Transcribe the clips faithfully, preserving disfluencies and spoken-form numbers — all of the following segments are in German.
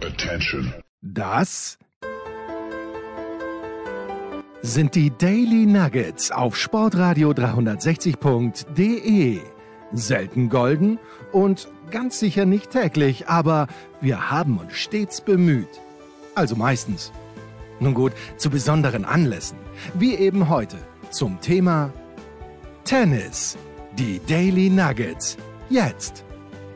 Attention. Das sind die Daily Nuggets auf Sportradio dreihundertsechzig Punkt de. Selten golden und ganz sicher nicht täglich, aber wir haben uns stets bemüht. Also meistens. Nun gut, zu besonderen Anlässen, wie eben heute, zum Thema Tennis. Die Daily Nuggets. Jetzt.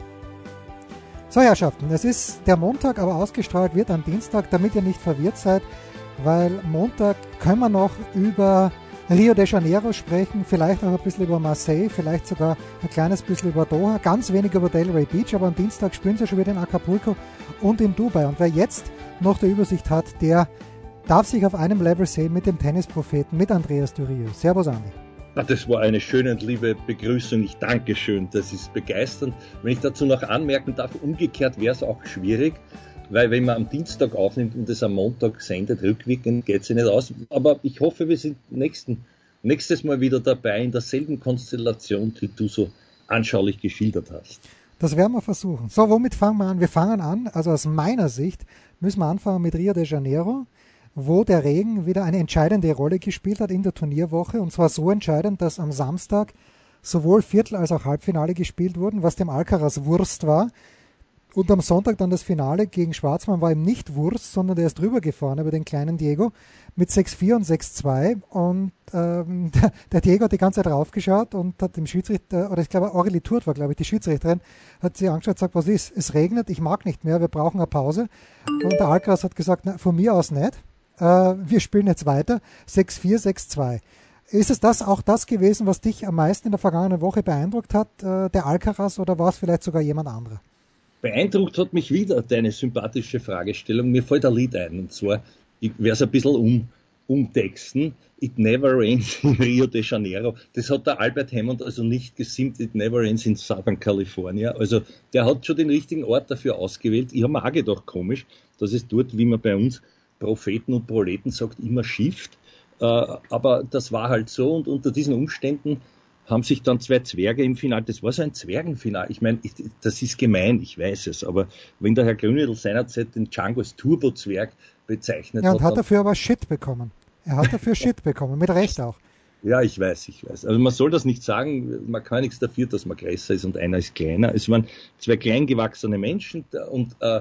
So, Herrschaften, es ist der Montag, aber ausgestrahlt wird am Dienstag, damit ihr nicht verwirrt seid, weil Montag können wir noch über Rio de Janeiro sprechen, vielleicht auch ein bisschen über Marseille, vielleicht sogar ein kleines bisschen über Doha, ganz wenig über Delray Beach, aber am Dienstag spielen sie schon wieder in Acapulco und in Dubai. Und wer jetzt noch die Übersicht hat, der darf sich auf einem Level sehen mit dem Tennispropheten, mit Andreas Thürieu. Servus, Andi. Das war eine schöne und liebe Begrüßung. Ich danke schön. Das ist begeisternd. Wenn ich dazu noch anmerken darf, umgekehrt wäre es auch schwierig, weil wenn man am Dienstag aufnimmt und es am Montag sendet, rückwirkend geht es ja nicht aus. Aber ich hoffe, wir sind nächsten, nächstes Mal wieder dabei in derselben Konstellation, die du so anschaulich geschildert hast. Das werden wir versuchen. So, womit fangen wir an? Wir fangen an, also aus meiner Sicht müssen wir anfangen mit Rio de Janeiro, wo der Regen wieder eine entscheidende Rolle gespielt hat in der Turnierwoche. Und zwar so entscheidend, dass am Samstag sowohl Viertel- als auch Halbfinale gespielt wurden, was dem Alcaraz Wurst war. Und am Sonntag dann das Finale gegen Schwarzmann war ihm nicht Wurst, sondern der ist drüber gefahren über den kleinen Diego mit sechs vier und sechs zwei. Und ähm, der, der Diego hat die ganze Zeit raufgeschaut und hat dem Schiedsrichter, oder ich glaube Aurélie Tourt war, glaube ich, die Schiedsrichterin, hat sie angeschaut und gesagt, was ist? Es regnet, ich mag nicht mehr, wir brauchen eine Pause. Und der Alcaraz hat gesagt, na, von mir aus nicht. Wir spielen jetzt weiter, sechs vier, sechs zwei. Ist es das auch das gewesen, was dich am meisten in der vergangenen Woche beeindruckt hat, der Alcaraz, oder war es vielleicht sogar jemand anderer? Beeindruckt hat mich wieder deine sympathische Fragestellung. Mir fällt ein Lied ein, und zwar, ich werde es ein bisschen um, umtexten. It Never Rains in Rio de Janeiro. Das hat der Albert Hammond also nicht gesingt, It Never Rains in Southern California. Also der hat schon den richtigen Ort dafür ausgewählt. Ich habe mir auch gedacht, komisch, dass es dort, wie man bei uns Propheten und Proleten sagt, immer schifft. Äh, aber das war halt so, und unter diesen Umständen haben sich dann zwei Zwerge im Finale, das war so ein Zwergenfinale, ich meine, ich, das ist gemein, ich weiß es, aber wenn der Herr Grünedl seinerzeit den Django als Turbo-Zwerg bezeichnet ja, und hat... hat dafür aber Shit bekommen. Er hat dafür Shit bekommen, mit Recht auch. Ja, ich weiß, ich weiß. Also man soll das nicht sagen, man kann nichts dafür, dass man größer ist und einer ist kleiner. Es waren zwei klein gewachsene Menschen und äh,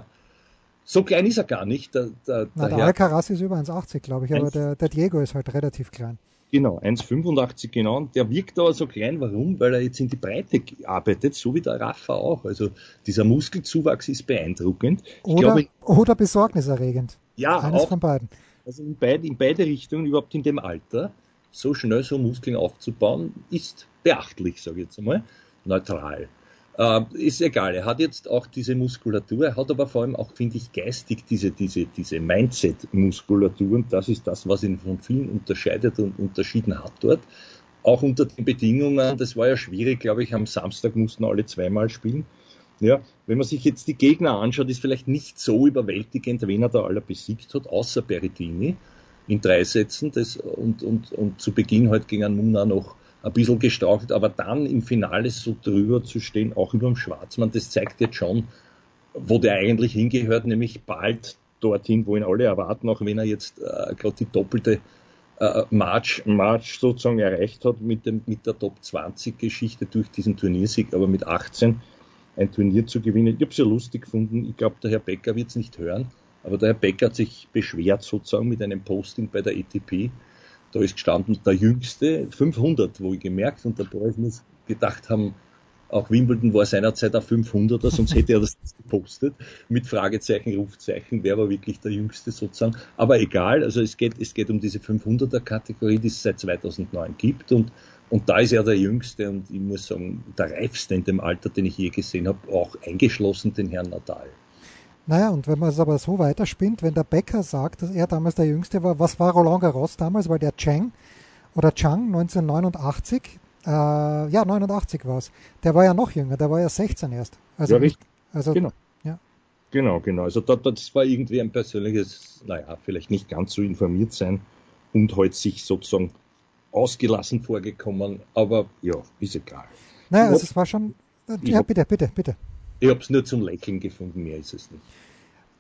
so klein ist er gar nicht. Der, der, Na, der, der Alcaraz ist über eins achtzig, glaube ich, aber der, der Diego ist halt relativ klein. Genau, eins fünfundachtzig genau. Und der wirkt aber so klein. Warum? Weil er jetzt in die Breite arbeitet, so wie der Rafa auch. Also dieser Muskelzuwachs ist beeindruckend. Ich oder, glaube, oder besorgniserregend. Ja, eines auch, von beiden. Also in beide, in beide Richtungen, überhaupt in dem Alter, so schnell so Muskeln aufzubauen, ist beachtlich, sage ich jetzt einmal. Neutral. Uh, ist egal, er hat jetzt auch diese Muskulatur, er hat aber vor allem auch, finde ich, geistig diese, diese, diese Mindset-Muskulatur, und das ist das, was ihn von vielen unterscheidet und unterschieden hat dort. Auch unter den Bedingungen, das war ja schwierig, glaube ich, am Samstag mussten alle zweimal spielen. Ja, wenn man sich jetzt die Gegner anschaut, ist vielleicht nicht so überwältigend, wen er da alle besiegt hat, außer Berrettini in drei Sätzen, das, und, und, und zu Beginn halt gegen Muna noch ein bisschen gestrauchelt, aber dann im Finale so drüber zu stehen, auch über dem Schwarzmann, das zeigt jetzt schon, wo der eigentlich hingehört, nämlich bald dorthin, wo ihn alle erwarten, auch wenn er jetzt äh, gerade die doppelte äh, March, March sozusagen erreicht hat mit, dem, mit der Top zwanzig Geschichte durch diesen Turniersieg, aber mit achtzehn ein Turnier zu gewinnen. Ich habe es ja lustig gefunden, ich glaube, der Herr Becker wird es nicht hören, aber der Herr Becker hat sich beschwert sozusagen mit einem Posting bei der A T P. Da ist gestanden, der Jüngste, fünfhundert, wo ich gemerkt, und dabei ist mir gedacht haben, auch Wimbledon war seinerzeit ein fünfhunderter, sonst hätte er das gepostet, mit Fragezeichen, Rufzeichen, wer war wirklich der Jüngste sozusagen. Aber egal, also es geht, es geht um diese fünfhunderter-Kategorie, die es seit zweitausendneun gibt, und, und da ist er der Jüngste, und ich muss sagen, der Reifste in dem Alter, den ich je gesehen habe, auch eingeschlossen den Herrn Nadal. Naja, und wenn man es aber so weiterspinnt, wenn der Becker sagt, dass er damals der Jüngste war, was war Roland Garros damals? Weil der Cheng oder Chang neunzehnhundertneunundachtzig, äh, ja, neunundachtzig war es, der war ja noch jünger, der war ja sechzehn erst. Also ja, richtig. Also, genau. Ja. Genau, genau. Also da, das war irgendwie ein persönliches, naja, vielleicht nicht ganz so informiert sein und halt sich sozusagen ausgelassen vorgekommen, aber ja, ist egal. Naja, also es war schon, ja, hab, bitte, bitte, bitte. Ich habe es nur zum Lächeln gefunden, mehr ist es nicht.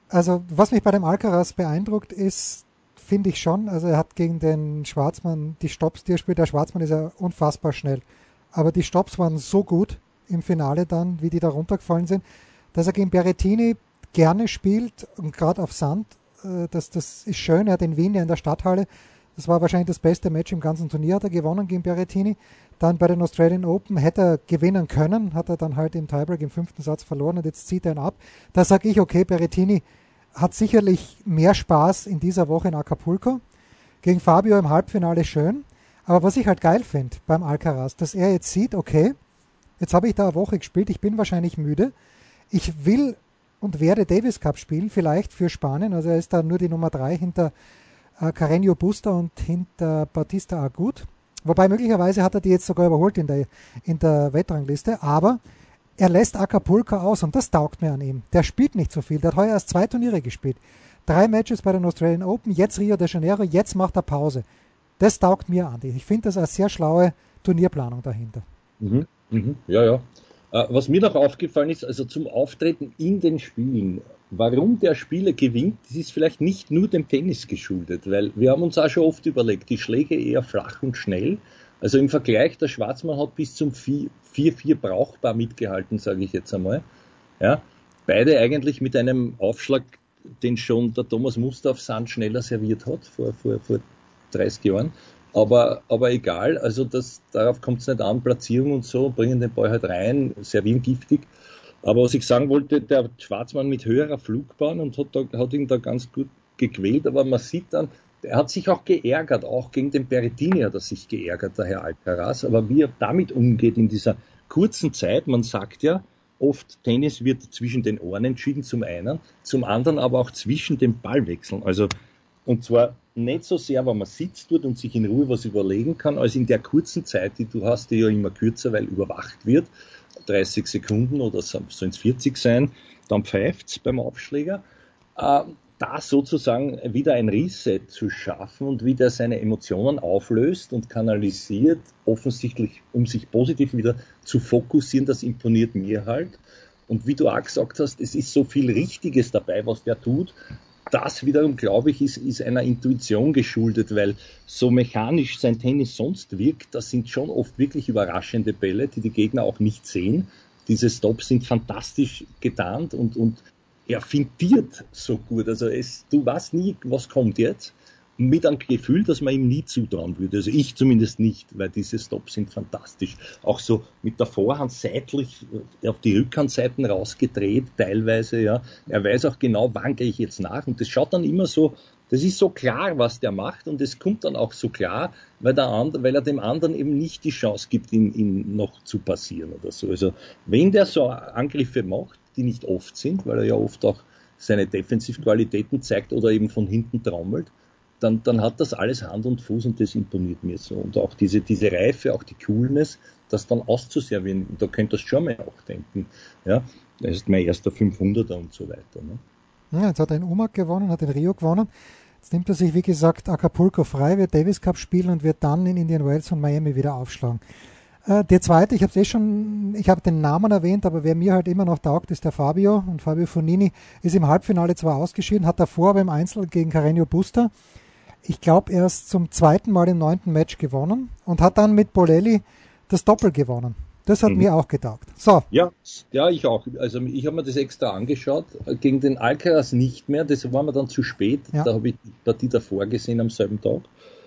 Also was mich bei dem Alcaraz beeindruckt ist, finde ich schon, also er hat gegen den Schwarzmann die Stopps, die er spielt, der Schwarzmann ist ja unfassbar schnell, aber die Stopps waren so gut im Finale dann, wie die da runtergefallen sind, dass er gegen Berrettini gerne spielt und gerade auf Sand, äh, das, das ist schön, er hat in Wien ja in der Stadthalle, das war wahrscheinlich das beste Match im ganzen Turnier, hat er gewonnen gegen Berrettini. Dann bei den Australian Open hätte er gewinnen können, hat er dann halt im Tiebreak im fünften Satz verloren und jetzt zieht er ihn ab. Da sage ich, okay, Berrettini hat sicherlich mehr Spaß in dieser Woche in Acapulco. Gegen Fabio im Halbfinale schön. Aber was ich halt geil finde beim Alcaraz, dass er jetzt sieht, okay, jetzt habe ich da eine Woche gespielt, ich bin wahrscheinlich müde. Ich will und werde Davis Cup spielen, vielleicht für Spanien. Also er ist da nur die Nummer drei hinter äh, Carreño Busta und hinter Bautista Agut. Wobei möglicherweise hat er die jetzt sogar überholt in der, in der Weltrangliste. Aber er lässt Acapulco aus und das taugt mir an ihm. Der spielt nicht so viel. Der hat heuer erst zwei Turniere gespielt. Drei Matches bei den Australian Open, jetzt Rio de Janeiro, jetzt macht er Pause. Das taugt mir an. Ich finde das eine sehr schlaue Turnierplanung dahinter. Mhm, mhm, ja, ja. Was mir noch aufgefallen ist, also zum Auftreten in den Spielen, warum der Spieler gewinnt, das ist vielleicht nicht nur dem Tennis geschuldet, weil wir haben uns auch schon oft überlegt, die Schläge eher flach und schnell. Also im Vergleich, der Schwarzmann hat bis zum vier vier brauchbar mitgehalten, sage ich jetzt einmal. Ja, beide eigentlich mit einem Aufschlag, den schon der Thomas Muster auf Sand schneller serviert hat, vor, vor, vor dreißig Jahren. Aber, aber egal, also das, darauf kommt es nicht an, Platzierung und so, bringen den Ball halt rein, servieren giftig. Aber was ich sagen wollte, der Schwarzmann mit höherer Flugbahn und hat, da, hat ihn da ganz gut gequält, aber man sieht dann, er hat sich auch geärgert, auch gegen den Berrettini hat er sich geärgert, der Herr Alcaraz, aber wie er damit umgeht in dieser kurzen Zeit, man sagt ja, oft Tennis wird zwischen den Ohren entschieden, zum einen, zum anderen aber auch zwischen den Ballwechseln, also und zwar nicht so sehr, wenn man sitzt dort und sich in Ruhe was überlegen kann, als in der kurzen Zeit, die du hast, die ja immer kürzer, weil überwacht wird, dreißig Sekunden oder sollen es vierzig sein, dann pfeift's beim Aufschläger, äh, da sozusagen wieder ein Reset zu schaffen und wieder seine Emotionen auflöst und kanalisiert, offensichtlich, um sich positiv wieder zu fokussieren, das imponiert mir halt. Und wie du auch gesagt hast, es ist so viel Richtiges dabei, was der tut. Das wiederum, glaube ich, ist, ist einer Intuition geschuldet, weil so mechanisch sein Tennis sonst wirkt, das sind schon oft wirklich überraschende Bälle, die die Gegner auch nicht sehen. Diese Stops sind fantastisch getarnt und, und er fintiert so gut. Also es, du weißt nie, was kommt jetzt. Mit einem Gefühl, dass man ihm nie zutrauen würde. Also ich zumindest nicht, weil diese Stops sind fantastisch. Auch so mit der Vorhand seitlich auf die Rückhandseiten rausgedreht, teilweise, ja. Er weiß auch genau, wann gehe ich jetzt nach. Und das schaut dann immer so, das ist so klar, was der macht. Und es kommt dann auch so klar, weil, der and, weil er dem anderen eben nicht die Chance gibt, ihn, ihn noch zu passieren oder so. Also wenn der so Angriffe macht, die nicht oft sind, weil er ja oft auch seine Defensivqualitäten zeigt oder eben von hinten trommelt, Dann, dann hat das alles Hand und Fuß und das imponiert mir so. Und auch diese, diese Reife, auch die Coolness, das dann auszuservieren, da könntest du schon mal auch denken. Ja, das ist mein erster fünfhunderter und so weiter. Ne? Ja, jetzt hat er in Umag gewonnen, hat in Rio gewonnen. Jetzt nimmt er sich, wie gesagt, Acapulco frei, wird Davis Cup spielen und wird dann in Indian Wells und Miami wieder aufschlagen. Äh, der zweite, ich habe es eh schon, ich habe den Namen erwähnt, aber wer mir halt immer noch taugt, ist der Fabio. Und Fabio Fognini ist im Halbfinale zwar ausgeschieden, hat davor beim Einzel gegen Carreño Busta, ich glaube, erst zum zweiten Mal im neunten Match gewonnen und hat dann mit Bolelli das Doppel gewonnen. Das hat mhm. mir auch getaugt. So. Ja, ja, ich auch. Also ich habe mir das extra angeschaut. Gegen den Alcaraz nicht mehr, das war mir dann zu spät. Ja. Da habe ich die Partie davor gesehen am selben Tag.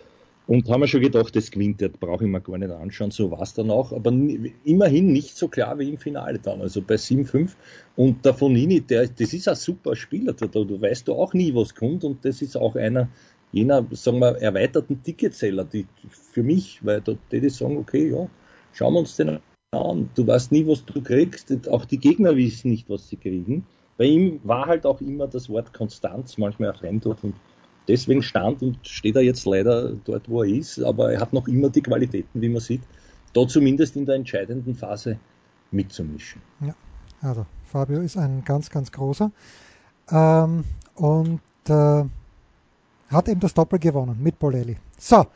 Und haben wir schon gedacht, das gewinnt, das brauche ich mir gar nicht anschauen, so war es dann auch. Aber n- immerhin nicht so klar wie im Finale dann, also bei sieben fünf. Und der Fognini, der, das ist ein super Spieler, da, du weißt du auch nie, was kommt. Und das ist auch einer jener, sagen wir, erweiterten Ticketseller, die für mich, weil da die sagen, okay, ja, schauen wir uns den an. Du weißt nie, was du kriegst. Auch die Gegner wissen nicht, was sie kriegen. Bei ihm war halt auch immer das Wort Konstanz, manchmal ein Fremdwort. Und deswegen stand und steht er jetzt leider dort, wo er ist. Aber er hat noch immer die Qualitäten, wie man sieht, da zumindest in der entscheidenden Phase mitzumischen. Ja, also Fabio ist ein ganz, ganz großer. Ähm, und äh, hat eben das Doppel gewonnen mit Bolelli. So,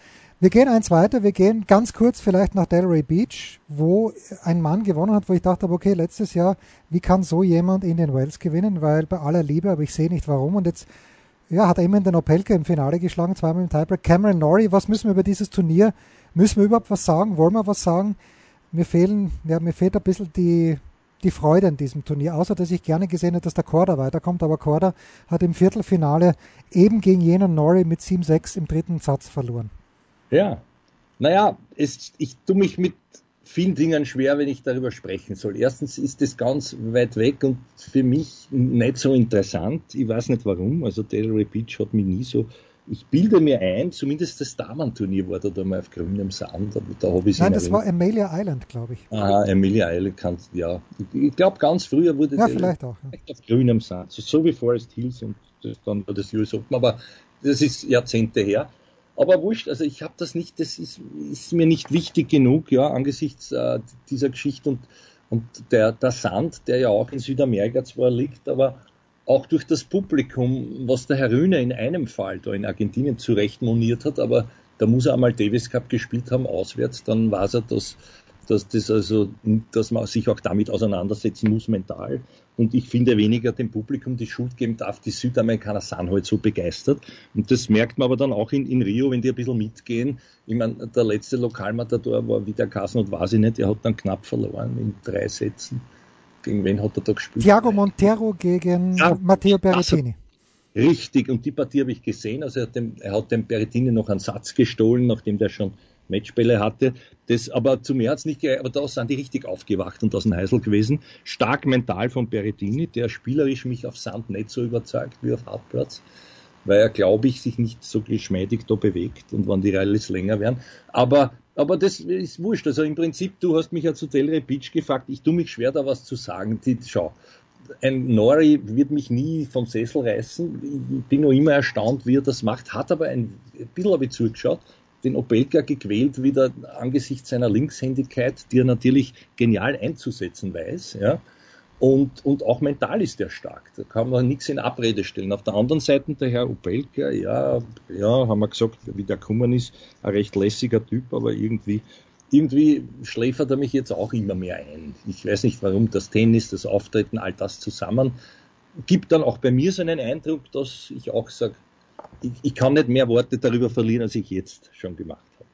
Wir gehen eins weiter, wir gehen ganz kurz vielleicht nach Delray Beach, wo ein Mann gewonnen hat, wo ich dachte, okay, letztes Jahr, wie kann so jemand in den Wells gewinnen, weil bei aller Liebe, aber ich sehe nicht warum, und jetzt ja, hat er immerhin den Opelka im Finale geschlagen, zweimal im Tiebreak. Cameron Norrie, was müssen wir über dieses Turnier, müssen wir überhaupt was sagen, wollen wir was sagen? Mir fehlen, ja, mir fehlt ein bisschen die, die Freude an diesem Turnier, außer dass ich gerne gesehen hätte, dass der Korda weiterkommt, aber Korda hat im Viertelfinale eben gegen jenen Norrie mit sieben sechs im dritten Satz verloren. Ja, naja, es, ich tue mich mit vielen Dingen schwer, wenn ich darüber sprechen soll. Erstens ist es ganz weit weg und für mich nicht so interessant. Ich weiß nicht warum. Also Delray Beach hat mich nie so... Ich bilde mir ein, zumindest das Damenturnier war da, da mal auf grünem Sand. Da habe ich Nein, das war Amelia Island, glaube ich. Aha, Amelia Island, kann, ja. Ich, ich glaube, ganz früher wurde ja, vielleicht auch, ja. auf grünem Sand. So, so wie Forest Hills und das, dann war das U S Open. Aber das ist Jahrzehnte her. Aber wurscht, also ich habe das nicht, das ist, ist mir nicht wichtig genug, ja, angesichts äh, dieser Geschichte und, und der, der Sand, der ja auch in Südamerika zwar liegt, aber auch durch das Publikum, was der Herr Rühne in einem Fall da in Argentinien zurecht moniert hat, aber da muss er einmal Davis Cup gespielt haben, auswärts, dann weiß er, dass, dass das also, dass man sich auch damit auseinandersetzen muss mental. Und ich finde weniger dem Publikum die Schuld geben darf, die Südamerikaner sind halt so begeistert. Und das merkt man aber dann auch in, in Rio, wenn die ein bisschen mitgehen. Ich meine, der letzte Lokalmatador war wieder Kassen und weiß ich nicht, er hat dann knapp verloren in drei Sätzen. Gegen wen hat er da gespielt? Thiago Montero gegen ja, Matteo Berrettini. Also, richtig, und die Partie habe ich gesehen. Also er hat, dem, er hat dem Berrettini noch einen Satz gestohlen, nachdem der schon Matchbälle hatte. Das, aber zu mehr hat es nicht gereicht. Aber da sind die richtig aufgewacht und aus dem Heisel gewesen. Stark mental von Berrettini, der spielerisch mich auf Sand nicht so überzeugt wie auf Hartplatz, weil er, glaube ich, sich nicht so geschmeidig da bewegt und wann die Rallyes länger werden. Aber Aber das ist wurscht. Also im Prinzip, du hast mich ja zu Delray Beach gefragt. Ich tue mich schwer, da was zu sagen. Die, schau, ein Norrie wird mich nie vom Sessel reißen. Ich bin noch immer erstaunt, wie er das macht. Hat aber ein, ein bisschen habe ich zugeschaut, den Opelka gequält wieder angesichts seiner Linkshändigkeit, die er natürlich genial einzusetzen weiß. Ja. Und, und auch mental ist er stark. Da kann man nichts in Abrede stellen. Auf der anderen Seite der Herr Opelka, ja, ja, haben wir gesagt, wie der gekommen ist, ein recht lässiger Typ, aber irgendwie, irgendwie schläfert er mich jetzt auch immer mehr ein. Ich weiß nicht warum, das Tennis, das Auftreten, all das zusammen, gibt dann auch bei mir so einen Eindruck, dass ich auch sage, ich, ich kann nicht mehr Worte darüber verlieren, als ich jetzt schon gemacht habe.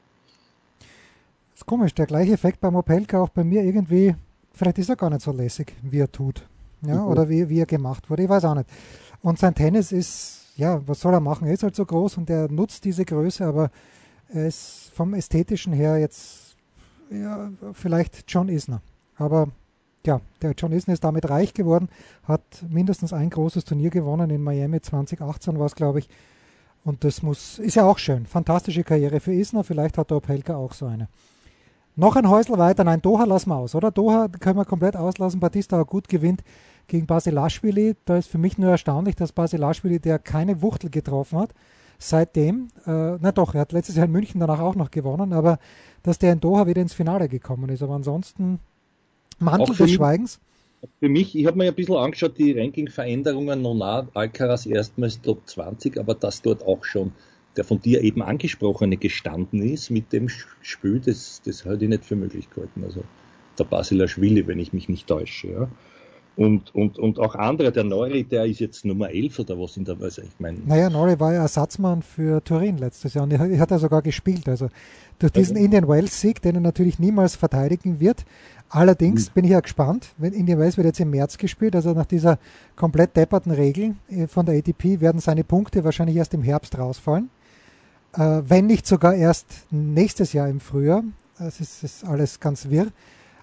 Das ist komisch, der gleiche Effekt beim Opelka auch bei mir irgendwie. Vielleicht ist er gar nicht so lässig, wie er tut. Ja, mhm. Oder wie, wie er gemacht wurde. Ich weiß auch nicht. Und sein Tennis ist, ja, was soll er machen? Er ist halt so groß und er nutzt diese Größe, aber er ist vom Ästhetischen her jetzt, ja, vielleicht John Isner. Aber ja, der John Isner ist damit reich geworden, hat mindestens ein großes Turnier gewonnen in Miami zwanzig achtzehn war es, glaube ich. Und das muss, ist ja auch schön. Fantastische Karriere für Isner. Vielleicht hat der Opelka auch so eine. Noch ein Häusl weiter. Nein, Doha lassen wir aus, oder? Doha können wir komplett auslassen. Batista gut gewinnt gegen Basilashvili. Da ist für mich nur erstaunlich, dass Basilashvili, der keine Wuchtel getroffen hat, seitdem, äh, na doch, er hat letztes Jahr in München danach auch noch gewonnen, aber dass der in Doha wieder ins Finale gekommen ist. Aber ansonsten Mantel des Schweigens. Für mich, ich habe mir ein bisschen angeschaut, die Ranking-Veränderungen, Nona, Alcaraz erstmals Top zwanzig, aber dass dort auch schon der von dir eben angesprochene gestanden ist mit dem Spiel, das, das halte ich nicht für möglich gehalten. Also der Basilashvili, wenn ich mich nicht täusche. Ja. Und, und, und auch andere, der Norrie, der ist jetzt Nummer elf oder was in der Weise. Ich meine. Naja, Norrie war ja Ersatzmann für Turin letztes Jahr und er hat ja sogar gespielt. Also durch diesen okay. Indian Wells-Sieg, den er natürlich niemals verteidigen wird. Allerdings mhm. bin ich ja gespannt, wenn Indian Wells wird jetzt im März gespielt, also nach dieser komplett depperten Regel von der A T P werden seine Punkte wahrscheinlich erst im Herbst rausfallen. Äh, wenn nicht sogar erst nächstes Jahr im Frühjahr. Das ist, ist alles ganz wirr.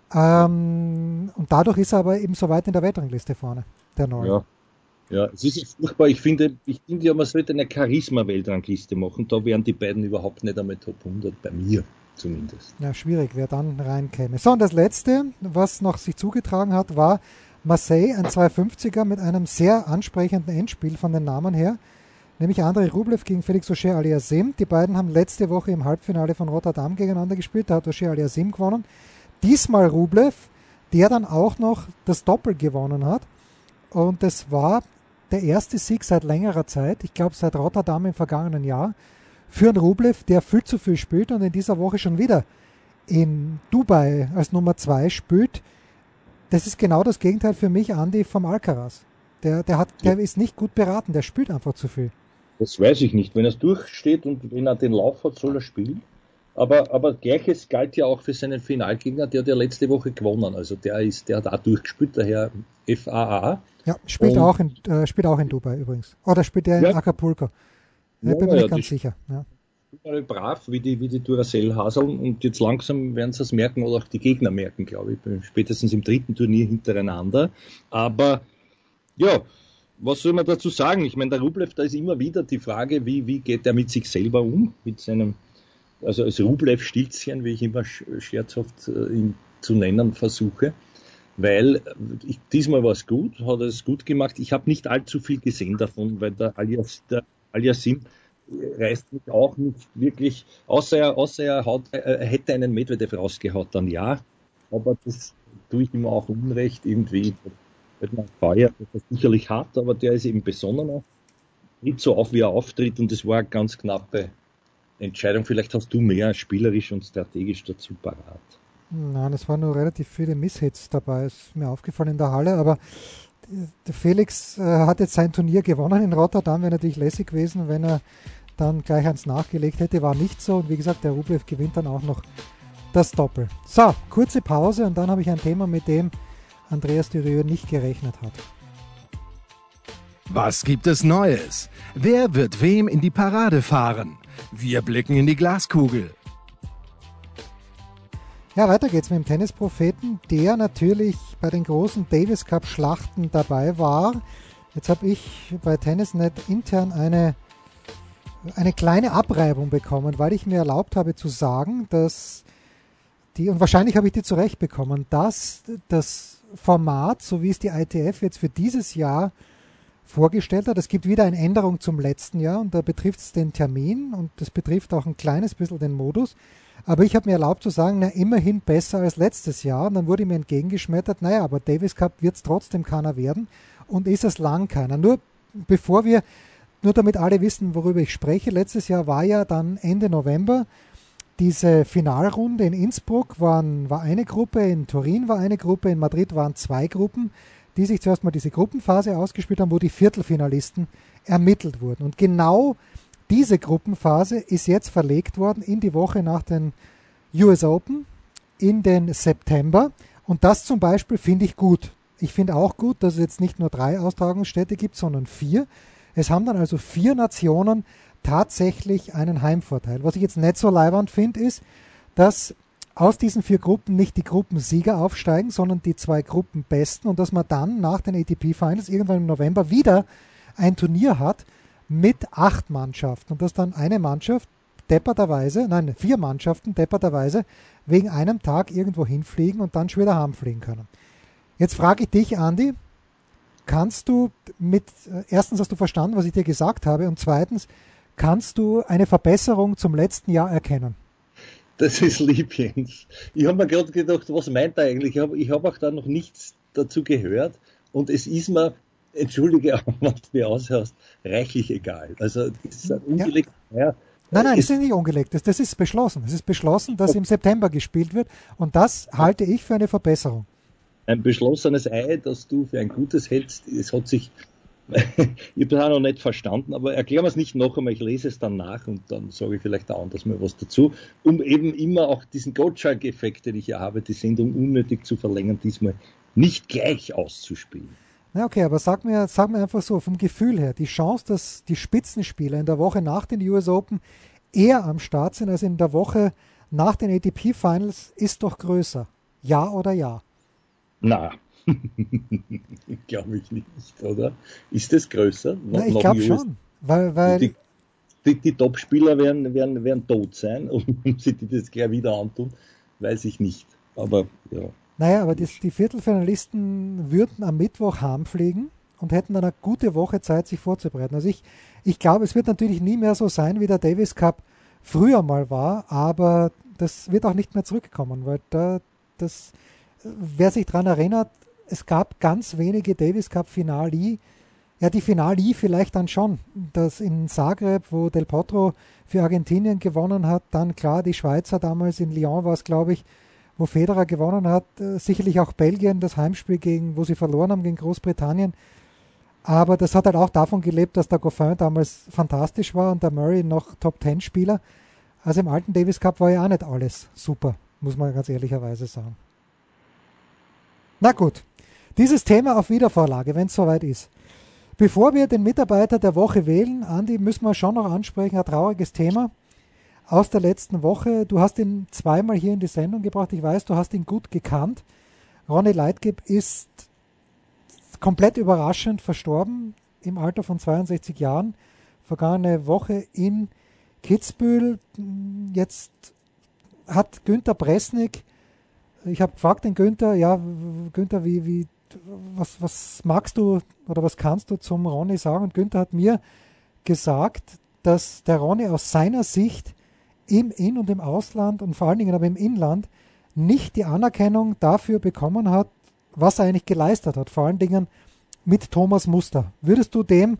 Ähm, und dadurch ist er aber eben so weit in der Weltrangliste vorne, der Norrie. Ja. Ja, es ist furchtbar. Ich finde, ich finde ja, man sollte eine Charisma-Weltrangliste machen. Da wären die beiden überhaupt nicht einmal Top hundert, bei mir zumindest. Ja, schwierig, wer dann reinkäme. So, und das Letzte, was noch sich zugetragen hat, war Marseille, ein zweihundertfünfziger mit einem sehr ansprechenden Endspiel von den Namen her, nämlich Andrei Rublev gegen Felix Auger-Aliassime. Die beiden haben letzte Woche im Halbfinale von Rotterdam gegeneinander gespielt, da hat Auger-Aliassime gewonnen. Diesmal Rublev, der dann auch noch das Doppel gewonnen hat. Und das war der erste Sieg seit längerer Zeit, ich glaube seit Rotterdam im vergangenen Jahr, für einen Rublev, der viel zu viel spielt und in dieser Woche schon wieder in Dubai als Nummer zwei spielt. Das ist genau das Gegenteil für mich, Andi, vom Alcaraz. Der, der, hat, der ist nicht gut beraten, der spielt einfach zu viel. Das weiß ich nicht. Wenn er es durchsteht und wenn er den Lauf hat, soll er spielen. Aber, aber Gleiches galt ja auch für seinen Finalgegner, der hat ja letzte Woche gewonnen. Also der ist, der hat auch durchgespielt, der Herr F A A. Ja, spielt, und, auch in, äh, spielt auch in Dubai übrigens. Oder spielt er in ja, Acapulco? Ich ja, bin mir ja, nicht ganz die, sicher. Ja. Brav, wie die, wie die Duracell-Haseln, und jetzt langsam werden sie es merken, oder auch die Gegner merken, glaube ich, spätestens im dritten Turnier hintereinander. Aber ja, was soll man dazu sagen? Ich meine, der Rublev, da ist immer wieder die Frage, wie, wie geht er mit sich selber um, mit seinem, also als Rublev-Stilzchen, wie ich immer scherzhaft äh, ihn zu nennen versuche, weil ich, diesmal war es gut, hat er es gut gemacht. Ich habe nicht allzu viel gesehen davon, weil der Alias, der Aliasim reißt mich auch nicht wirklich, außer er, außer er, haut, er hätte einen Medvedev rausgehaut, dann ja, aber das tue ich ihm auch Unrecht irgendwie. Feuer, das er sicherlich hat, aber der ist eben besonnener, nicht so auf, wie er auftritt, und das war eine ganz knappe Entscheidung. Vielleicht hast du mehr spielerisch und strategisch dazu parat. Nein, es waren nur relativ viele Misshits dabei, ist mir aufgefallen in der Halle, aber der Felix äh, hat jetzt sein Turnier gewonnen in Rotterdam, wäre natürlich lässig gewesen, wenn er dann gleich eins nachgelegt hätte, war nicht so, und wie gesagt, der Rublev gewinnt dann auch noch das Doppel. So, kurze Pause und dann habe ich ein Thema, mit dem Andreas Dürer nicht gerechnet hat. Was gibt es Neues? Wer wird wem in die Parade fahren? Wir blicken in die Glaskugel. Ja, weiter geht's mit dem Tennispropheten, der natürlich bei den großen Davis Cup Schlachten dabei war. Jetzt habe ich bei Tennisnet intern eine, eine kleine Abreibung bekommen, weil ich mir erlaubt habe zu sagen, dass die, und wahrscheinlich habe ich die zurecht bekommen, dass das Format, so wie es die I T F jetzt für dieses Jahr vorgestellt hat, es gibt wieder eine Änderung zum letzten Jahr, und da betrifft es den Termin und das betrifft auch ein kleines bisschen den Modus. Aber ich habe mir erlaubt zu sagen, na, immerhin besser als letztes Jahr. Und dann wurde mir entgegengeschmettert, naja, aber Davis Cup wird es trotzdem keiner werden und ist es lang keiner. Nur bevor wir, nur damit alle wissen, worüber ich spreche, letztes Jahr war ja dann Ende November diese Finalrunde in Innsbruck, waren, war eine Gruppe, in Turin war eine Gruppe, in Madrid waren zwei Gruppen, die sich zuerst mal diese Gruppenphase ausgespielt haben, wo die Viertelfinalisten ermittelt wurden. Und genau diese Gruppenphase ist jetzt verlegt worden in die Woche nach den U S Open, in den September. Und das zum Beispiel finde ich gut. Ich finde auch gut, dass es jetzt nicht nur drei Austragungsstädte gibt, sondern vier. Es haben dann also vier Nationen tatsächlich einen Heimvorteil. Was ich jetzt nicht so leiwand finde, ist, dass aus diesen vier Gruppen nicht die Gruppensieger aufsteigen, sondern die zwei Gruppenbesten, und dass man dann nach den A T P Finals irgendwann im November wieder ein Turnier hat mit acht Mannschaften, und dass dann eine Mannschaft depperterweise, nein, vier Mannschaften depperterweise wegen einem Tag irgendwo hinfliegen und dann schon wieder heimfliegen können. Jetzt frage ich dich, Andi, kannst du mit, erstens hast du verstanden, was ich dir gesagt habe, und zweitens, kannst du eine Verbesserung zum letzten Jahr erkennen? Das ist lieb, Jens. Ich habe mir gerade gedacht, was meint er eigentlich? Ich habe ich hab auch da noch nichts dazu gehört, und es ist mir, entschuldige, was du mir aushörst, reichlich egal. Also das ist ein ungelegt. Ja. Ja, nein, nein, es ist nicht ungelegt. Das, das ist beschlossen. Es ist beschlossen, dass im September gespielt wird, und das halte ich für eine Verbesserung. Ein beschlossenes Ei, das du für ein gutes hältst, es hat sich, ich habe das auch noch nicht verstanden, aber erklären wir es nicht noch einmal, ich lese es dann nach und dann sage ich vielleicht auch anders mal was dazu, um eben immer auch diesen Gottschalk-Effekt, den ich ja habe, die Sendung unnötig zu verlängern, diesmal nicht gleich auszuspielen. Na okay, aber sag mir, sag mir einfach so, vom Gefühl her, die Chance, dass die Spitzenspieler in der Woche nach den U S Open eher am Start sind als in der Woche nach den A T P Finals, ist doch größer. Ja oder ja? Na, glaube ich nicht, oder? Ist das größer? Na, ich glaube schon, weil, weil die, die, die Top-Spieler werden, werden, werden tot sein, und sie die das gleich wieder antun, weiß ich nicht. Aber ja. Naja, aber die, die Viertelfinalisten würden am Mittwoch heimfliegen und hätten dann eine gute Woche Zeit, sich vorzubereiten. Also ich, ich glaube, es wird natürlich nie mehr so sein, wie der Davis Cup früher mal war, aber das wird auch nicht mehr zurückkommen, weil da, das, wer sich daran erinnert, es gab ganz wenige Davis Cup Finali, Ja, die Finale vielleicht dann schon. Das in Zagreb, wo Del Potro für Argentinien gewonnen hat, dann klar die Schweizer damals in Lyon war es, glaube ich, wo Federer gewonnen hat, äh, sicherlich auch Belgien, das Heimspiel gegen, wo sie verloren haben gegen Großbritannien. Aber das hat halt auch davon gelebt, dass der Goffin damals fantastisch war und der Murray noch Top-Ten-Spieler. Also im alten Davis Cup war ja auch nicht alles super, muss man ganz ehrlicherweise sagen. Na gut, dieses Thema auf Wiedervorlage, wenn es soweit ist. Bevor wir den Mitarbeiter der Woche wählen, Andi, müssen wir schon noch ansprechen, ein trauriges Thema aus der letzten Woche. Du hast ihn zweimal hier in die Sendung gebracht. Ich weiß, du hast ihn gut gekannt. Ronny Leitgeb ist komplett überraschend verstorben im Alter von zweiundsechzig Jahren. Vergangene Woche in Kitzbühel. Jetzt hat Günter Bresnik, ich habe gefragt den Günther, ja, Günther, wie, wie, was, was magst du oder was kannst du zum Ronny sagen? Und Günther hat mir gesagt, dass der Ronny aus seiner Sicht im In- und im Ausland und vor allen Dingen aber im Inland nicht die Anerkennung dafür bekommen hat, was er eigentlich geleistet hat, vor allen Dingen mit Thomas Muster. Würdest du dem,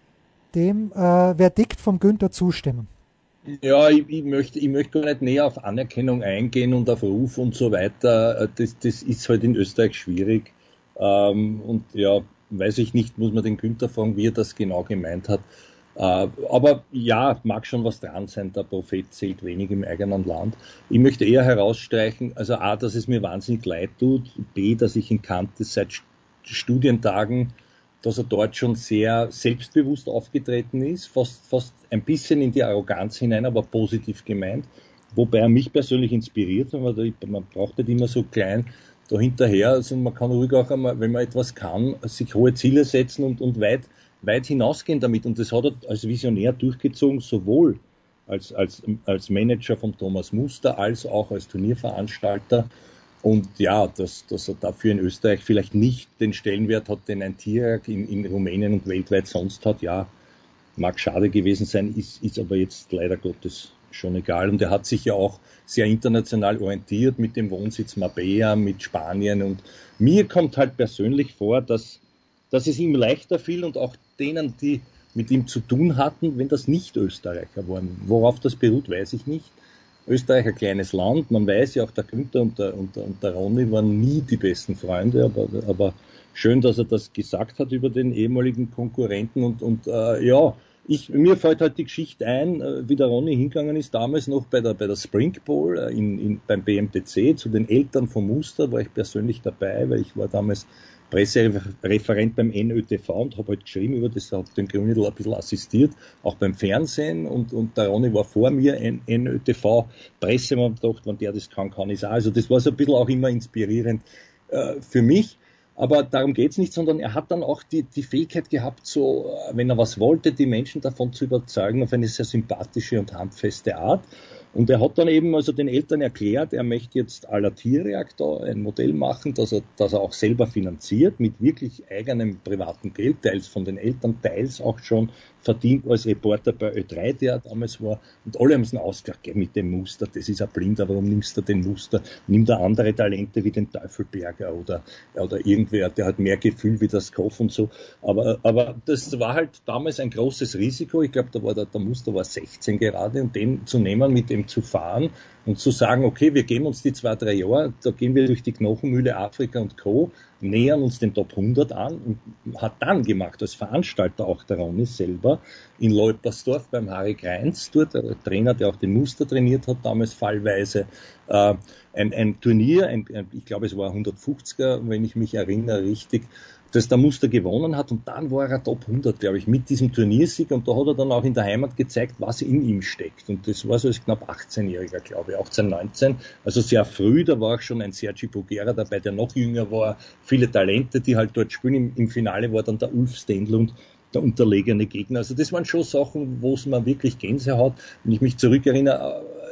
dem äh, Verdikt vom Günther zustimmen? Ja, ich, ich, möchte, ich möchte gar nicht näher auf Anerkennung eingehen und auf Ruf und so weiter. Das, das ist halt in Österreich schwierig. Ähm, und ja, weiß ich nicht, muss man den Günther fragen, wie er das genau gemeint hat. Äh, aber ja, mag schon was dran sein, der Prophet zählt wenig im eigenen Land. Ich möchte eher herausstreichen, also A, dass es mir wahnsinnig leid tut, B, dass ich ihn kannte seit Studientagen, dass er dort schon sehr selbstbewusst aufgetreten ist, fast, fast ein bisschen in die Arroganz hinein, aber positiv gemeint, wobei er mich persönlich inspiriert, weil man braucht nicht immer so klein da hinterher, also man kann ruhig auch einmal, wenn man etwas kann, sich hohe Ziele setzen und, und weit, weit hinausgehen damit, und das hat er als Visionär durchgezogen, sowohl als, als, als Manager von Thomas Muster, als auch als Turnierveranstalter. Und ja, dass, dass er dafür in Österreich vielleicht nicht den Stellenwert hat, den ein Tirak in, in Rumänien und weltweit sonst hat, ja, mag schade gewesen sein, ist, ist aber jetzt leider Gottes schon egal. Und er hat sich ja auch sehr international orientiert mit dem Wohnsitz Marbella, mit Spanien. Und mir kommt halt persönlich vor, dass, dass es ihm leichter fiel und auch denen, die mit ihm zu tun hatten, wenn das nicht Österreicher waren. Worauf das beruht, weiß ich nicht. Österreich ein kleines Land, man weiß ja auch, der Günther und der, und der, und der Ronny waren nie die besten Freunde, aber, aber schön, dass er das gesagt hat über den ehemaligen Konkurrenten und, und äh, ja, ich, mir fällt halt die Geschichte ein, äh, wie der Ronny hingegangen ist, damals noch bei der, bei der Spring Bowl äh, in, in, beim B M T C, zu den Eltern vom Muster war ich persönlich dabei, weil ich war damals Pressereferent beim N Ö T V und habe halt geschrieben über das, habe den Grünidl ein bisschen assistiert, auch beim Fernsehen, und, und der Ronny war vor mir, N Ö T V Presse, man hat gedacht, wenn der das kann, kann ich es auch. Also das war so ein bisschen auch immer inspirierend äh, für mich, aber darum geht's nicht, sondern er hat dann auch die, die Fähigkeit gehabt, so, wenn er was wollte, die Menschen davon zu überzeugen, auf eine sehr sympathische und handfeste Art. Und er hat dann eben also den Eltern erklärt, er möchte jetzt à la T-Reaktor ein Modell machen, das er, das er auch selber finanziert, mit wirklich eigenem privaten Geld, teils von den Eltern, teils auch schon verdient als Reporter bei Ö drei, der er damals war. Und alle haben es ausgedacht, geh mit dem Muster, das ist ein Blinder, warum nimmst du den Muster? Nimm da andere Talente wie den Teufelberger oder, oder irgendwer, der hat mehr Gefühl wie das Koff und so. Aber, aber das war halt damals ein großes Risiko. Ich glaube, da war der, der Muster war sechzehn gerade, und den zu nehmen, mit dem zu fahren und zu sagen, okay, wir geben uns die zwei, drei Jahre, da gehen wir durch die Knochenmühle Afrika und Co., nähern uns den Top hundert an, und hat dann gemacht, als Veranstalter auch der Ronny selber, in Leutersdorf beim Harry Kreinz, dort der Trainer, der auch den Muster trainiert hat, damals fallweise, äh, ein, ein Turnier, ein, ein, ich glaube es war hundertfünfziger, wenn ich mich erinnere richtig, das der Muster gewonnen hat, und dann war er Top hundert, glaube ich, mit diesem Turniersieg, und da hat er dann auch in der Heimat gezeigt, was in ihm steckt, und das war so als knapp achtzehnjähriger, glaube ich, achtzehn, neunzehn, also sehr früh, da war auch schon ein Sergi Bugera dabei, der noch jünger war, viele Talente, die halt dort spielen. Im, im Finale war dann der Ulf Stendlund der unterlegene Gegner, also das waren schon Sachen, wo es mir wirklich Gänsehaut, wenn ich mich zurückerinnere,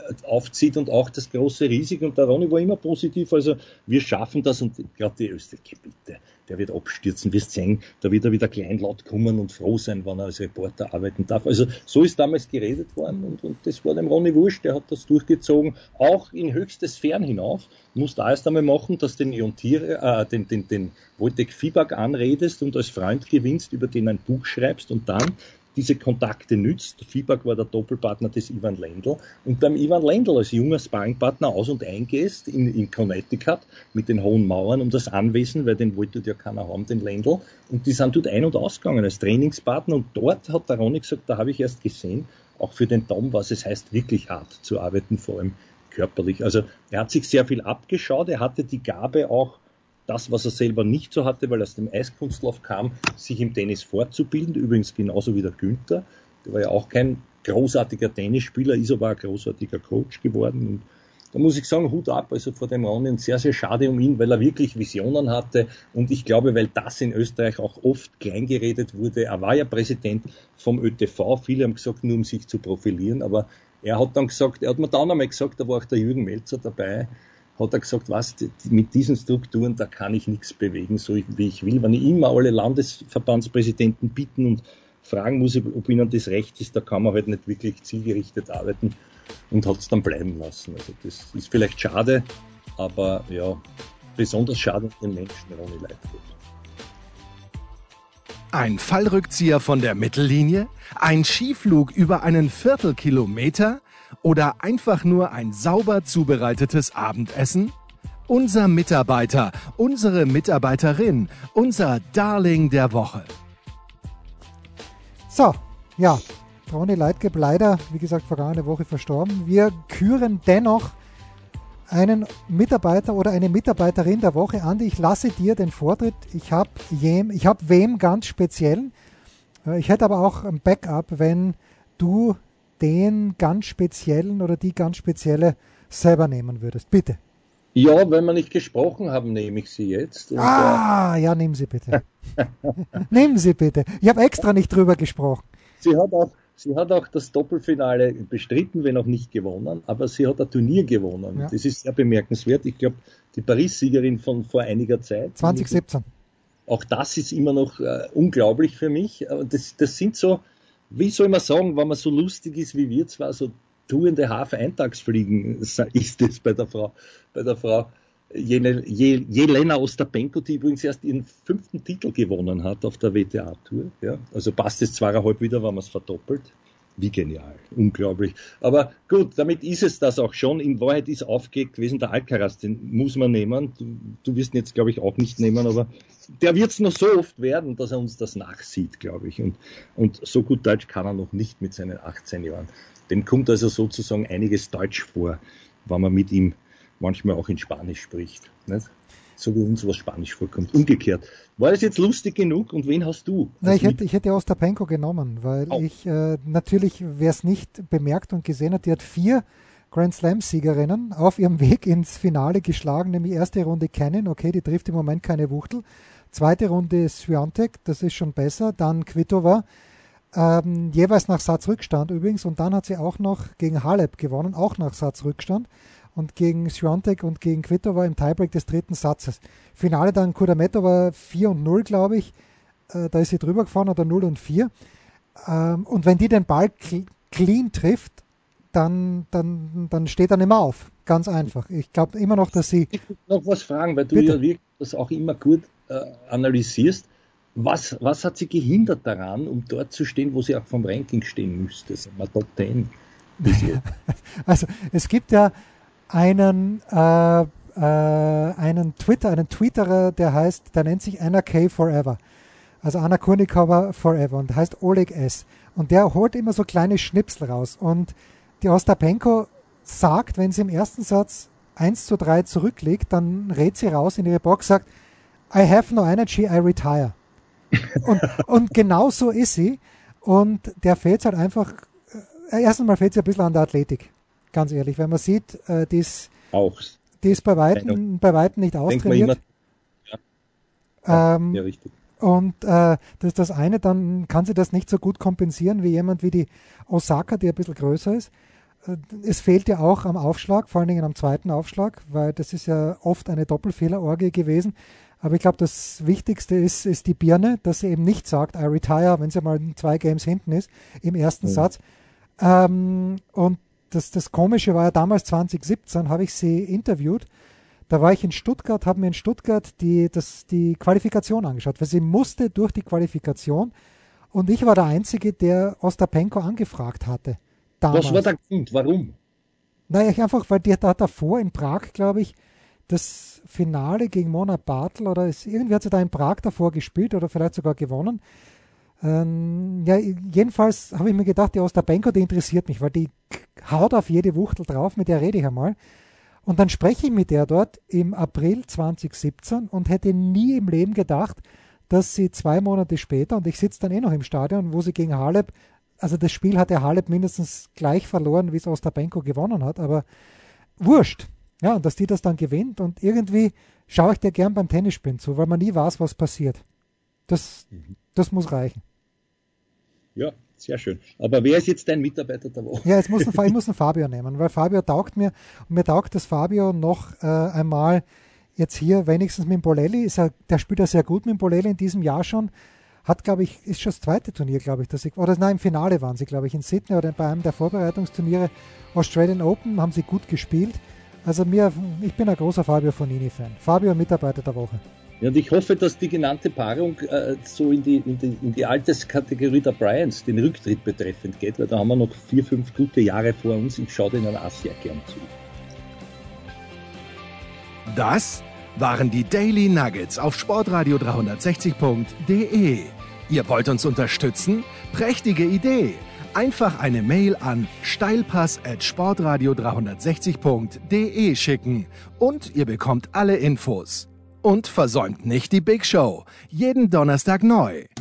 aufzieht und auch das große Risiko. Und der Ronny war immer positiv, also wir schaffen das und gerade die Österreicher, bitte, der wird abstürzen, wirst sehen, da wird er wieder kleinlaut kommen und froh sein, wenn er als Reporter arbeiten darf. Also so ist damals geredet worden und, und das war dem Ronny wurscht, der hat das durchgezogen, auch in höchste Sphären hinauf. Du musst auch erst einmal machen, dass den Jontier, äh, den, den, den Wojtek Fibak anredest und als Freund gewinnst, über den ein Buch schreibst und dann diese Kontakte nützt. Fibak war der Doppelpartner des Ivan Lendl und beim Ivan Lendl als junger Sparringpartner aus- und eingehst in, in Connecticut mit den hohen Mauern um das Anwesen, weil den wollte ja keiner haben, den Lendl. Und die sind dort ein- und ausgegangen als Trainingspartner und dort hat der Ronny gesagt, da habe ich erst gesehen, auch für den Tom, was es heißt, wirklich hart zu arbeiten, vor allem körperlich. Also er hat sich sehr viel abgeschaut, er hatte die Gabe auch, das, was er selber nicht so hatte, weil er aus dem Eiskunstlauf kam, sich im Tennis fortzubilden, übrigens genauso wie der Günther. Der war ja auch kein großartiger Tennisspieler, ist aber ein großartiger Coach geworden. Und da muss ich sagen, Hut ab, also vor dem Ronny, sehr, sehr schade um ihn, weil er wirklich Visionen hatte und ich glaube, weil das in Österreich auch oft kleingeredet wurde. Er war ja Präsident vom Ö T V, viele haben gesagt, nur um sich zu profilieren, aber er hat dann gesagt, er hat mir dann einmal gesagt, da war auch der Jürgen Melzer dabei, hat er gesagt, was, mit diesen Strukturen, da kann ich nichts bewegen, so wie ich will. Wenn ich immer alle Landesverbandspräsidenten bitten und fragen muss, ob ihnen das recht ist, da kann man halt nicht wirklich zielgerichtet arbeiten und hat es dann bleiben lassen. Also das ist vielleicht schade, aber ja, besonders schade um den Menschen, Ronny Leitgeb. Ein Fallrückzieher von der Mittellinie? Ein Skiflug über einen Viertelkilometer? Oder einfach nur ein sauber zubereitetes Abendessen? Unser Mitarbeiter, unsere Mitarbeiterin, unser Darling der Woche. So, ja, Ronny Leitgeb leider, wie gesagt, vergangene Woche verstorben. Wir küren dennoch einen Mitarbeiter oder eine Mitarbeiterin der Woche. Andi, ich lasse dir den Vortritt. Ich habe ich hab wem ganz speziellen. Ich hätte aber auch ein Backup, wenn du den ganz speziellen oder die ganz spezielle selber nehmen würdest. Bitte. Ja, wenn wir nicht gesprochen haben, nehme ich sie jetzt. Und ah, ja, nehmen Sie bitte. Nehmen Sie bitte. Ich habe extra nicht drüber gesprochen. Sie hat auch, sie hat auch das Doppelfinale bestritten, wenn auch nicht gewonnen, aber sie hat ein Turnier gewonnen. Ja. Das ist sehr bemerkenswert. Ich glaube, die Paris-Siegerin von vor einiger Zeit. zwanzig siebzehn. Auch das ist immer noch äh, unglaublich für mich. Das, das sind so, wie soll man sagen, wenn man so lustig ist wie wir zwar, so tuende Hafer-Eintagsfliegen ist es bei der Frau, bei der Frau Jelena Ostapenko, die übrigens erst ihren fünften Titel gewonnen hat auf der W T A-Tour. Ja, also passt es zweieinhalb wieder, wenn man es verdoppelt. Wie genial, unglaublich. Aber gut, damit ist es das auch schon. In Wahrheit ist aufgelegt gewesen der Alcaraz, den muss man nehmen. Du, du wirst ihn jetzt, glaube ich, auch nicht nehmen, aber der wird es noch so oft werden, dass er uns das nachsieht, glaube ich. Und, und so gut Deutsch kann er noch nicht mit seinen achtzehn Jahren. Dem kommt also sozusagen einiges Deutsch vor, wenn man mit ihm manchmal auch in Spanisch spricht. Nicht? So wie uns was Spanisch vorkommt. Umgekehrt. War das jetzt lustig genug? Und wen hast du? Na, ich, hätte, ich hätte Ostapenko genommen, weil oh. ich äh, natürlich, wer es nicht bemerkt und gesehen hat, die hat vier Grand Slam-Siegerinnen auf ihrem Weg ins Finale geschlagen, nämlich erste Runde Cannon, okay, die trifft im Moment keine Wuchtel. Zweite Runde Swiatek, das ist schon besser. Dann Kvitova, ähm, jeweils nach Satzrückstand übrigens. Und dann hat sie auch noch gegen Halep gewonnen, auch nach Satzrückstand. Und gegen Swiatek und gegen Kvitova im Tiebreak des dritten Satzes. Finale dann Kudermetova vier und null, glaube ich. Äh, da ist sie drüber gefahren, oder null und vier. Ähm, und wenn die den Ball cl- clean trifft, dann, dann, dann steht er nicht mehr auf. Ganz einfach. Ich glaube immer noch, dass sie... Ich will noch was fragen, weil du Bitte. ja wirklich das auch immer gut äh, analysierst. Was, was hat sie gehindert daran, um dort zu stehen, wo sie auch vom Ranking stehen müsste? Sagen wir Top zehn bis jetzt. Also es gibt ja einen, äh, äh, einen Twitter, einen Twitterer, der heißt, der nennt sich Anna K. Forever. Also Anna Kurnikova Forever und heißt Oleg S. Und der holt immer so kleine Schnipsel raus. Und die Ostapenko sagt, wenn sie im ersten Satz eins zu drei zurückliegt, dann rät sie raus in ihre Box, sagt, I have no energy, I retire. und, und genau so ist sie. Und der fehlt halt einfach, äh, erstens mal fehlt sie ein bisschen an der Athletik. Ganz ehrlich, wenn man sieht, äh, die ist, auch. Die ist bei Weitem, bei Weitem nicht austrainiert. Ja. Ja, ähm, ja, richtig. Und äh, das ist das eine, dann kann sie das nicht so gut kompensieren wie jemand wie die Osaka, die ein bisschen größer ist. es fehlt ja auch am Aufschlag, vor allen Dingen am zweiten Aufschlag, weil das ist ja oft eine Doppelfehlerorgie gewesen. Aber ich glaube, das Wichtigste ist, ist die Birne, dass sie eben nicht sagt, I retire, wenn sie mal in zwei Games hinten ist, im ersten ja. Satz. Ähm, und das, das Komische war ja damals zwanzig siebzehn, habe ich sie interviewt. Da war ich in Stuttgart, habe mir in Stuttgart die, das, die Qualifikation angeschaut, weil sie musste durch die Qualifikation und ich war der Einzige, der Ostapenko angefragt hatte. Damals. Was war der Grund? Warum? Naja, einfach, weil die hat davor in Prag, glaube ich, das Finale gegen Mona Bartel oder es, irgendwie hat sie da in Prag davor gespielt oder vielleicht sogar gewonnen. Ähm, ja, jedenfalls habe ich mir gedacht, die Ostapenko, die interessiert mich, weil die haut auf jede Wuchtel drauf, mit der rede ich einmal. Und dann spreche ich mit der dort im April zwanzig siebzehn und hätte nie im Leben gedacht, dass sie zwei Monate später, und ich sitze dann eh noch im Stadion, wo sie gegen Halep, also das Spiel hat der Halep mindestens gleich verloren, wie es Ostapenko gewonnen hat, aber wurscht. Ja, und dass die das dann gewinnt und irgendwie schaue ich dir gern beim Tennisspielen zu, weil man nie weiß, was passiert. Das, mhm. das muss reichen. Ja, sehr schön. Aber wer ist jetzt dein Mitarbeiter der Woche? Ja, jetzt muss ein, ich muss einen Fabio nehmen, weil Fabio taugt mir und mir taugt das Fabio noch äh, einmal jetzt hier wenigstens mit dem Bolelli. Ist er, der spielt ja sehr gut mit dem Bolelli in diesem Jahr schon. Hat, glaube ich, ist schon das zweite Turnier, glaube ich, dass ich, oder nein, im Finale waren sie, glaube ich, in Sydney oder bei einem der Vorbereitungsturniere Australian Open haben sie gut gespielt. Also mir, ich bin ein großer Fabio Fognini-Fan. Fabio, Mitarbeiter der Woche. Ja, und ich hoffe, dass die genannte Paarung äh, so in die, in, die, in die Alterskategorie der Bryans, den Rücktritt betreffend geht, weil da haben wir noch vier, fünf gute Jahre vor uns. Ich schaue denen auch sehr gern zu. Das waren die Daily Nuggets auf sportradio dreihundertsechzig punkt de. Ihr wollt uns unterstützen? Prächtige Idee! Einfach eine Mail an steilpass at sportradio dreihundertsechzig punkt de schicken und ihr bekommt alle Infos. Und versäumt nicht die Big Show. Jeden Donnerstag neu.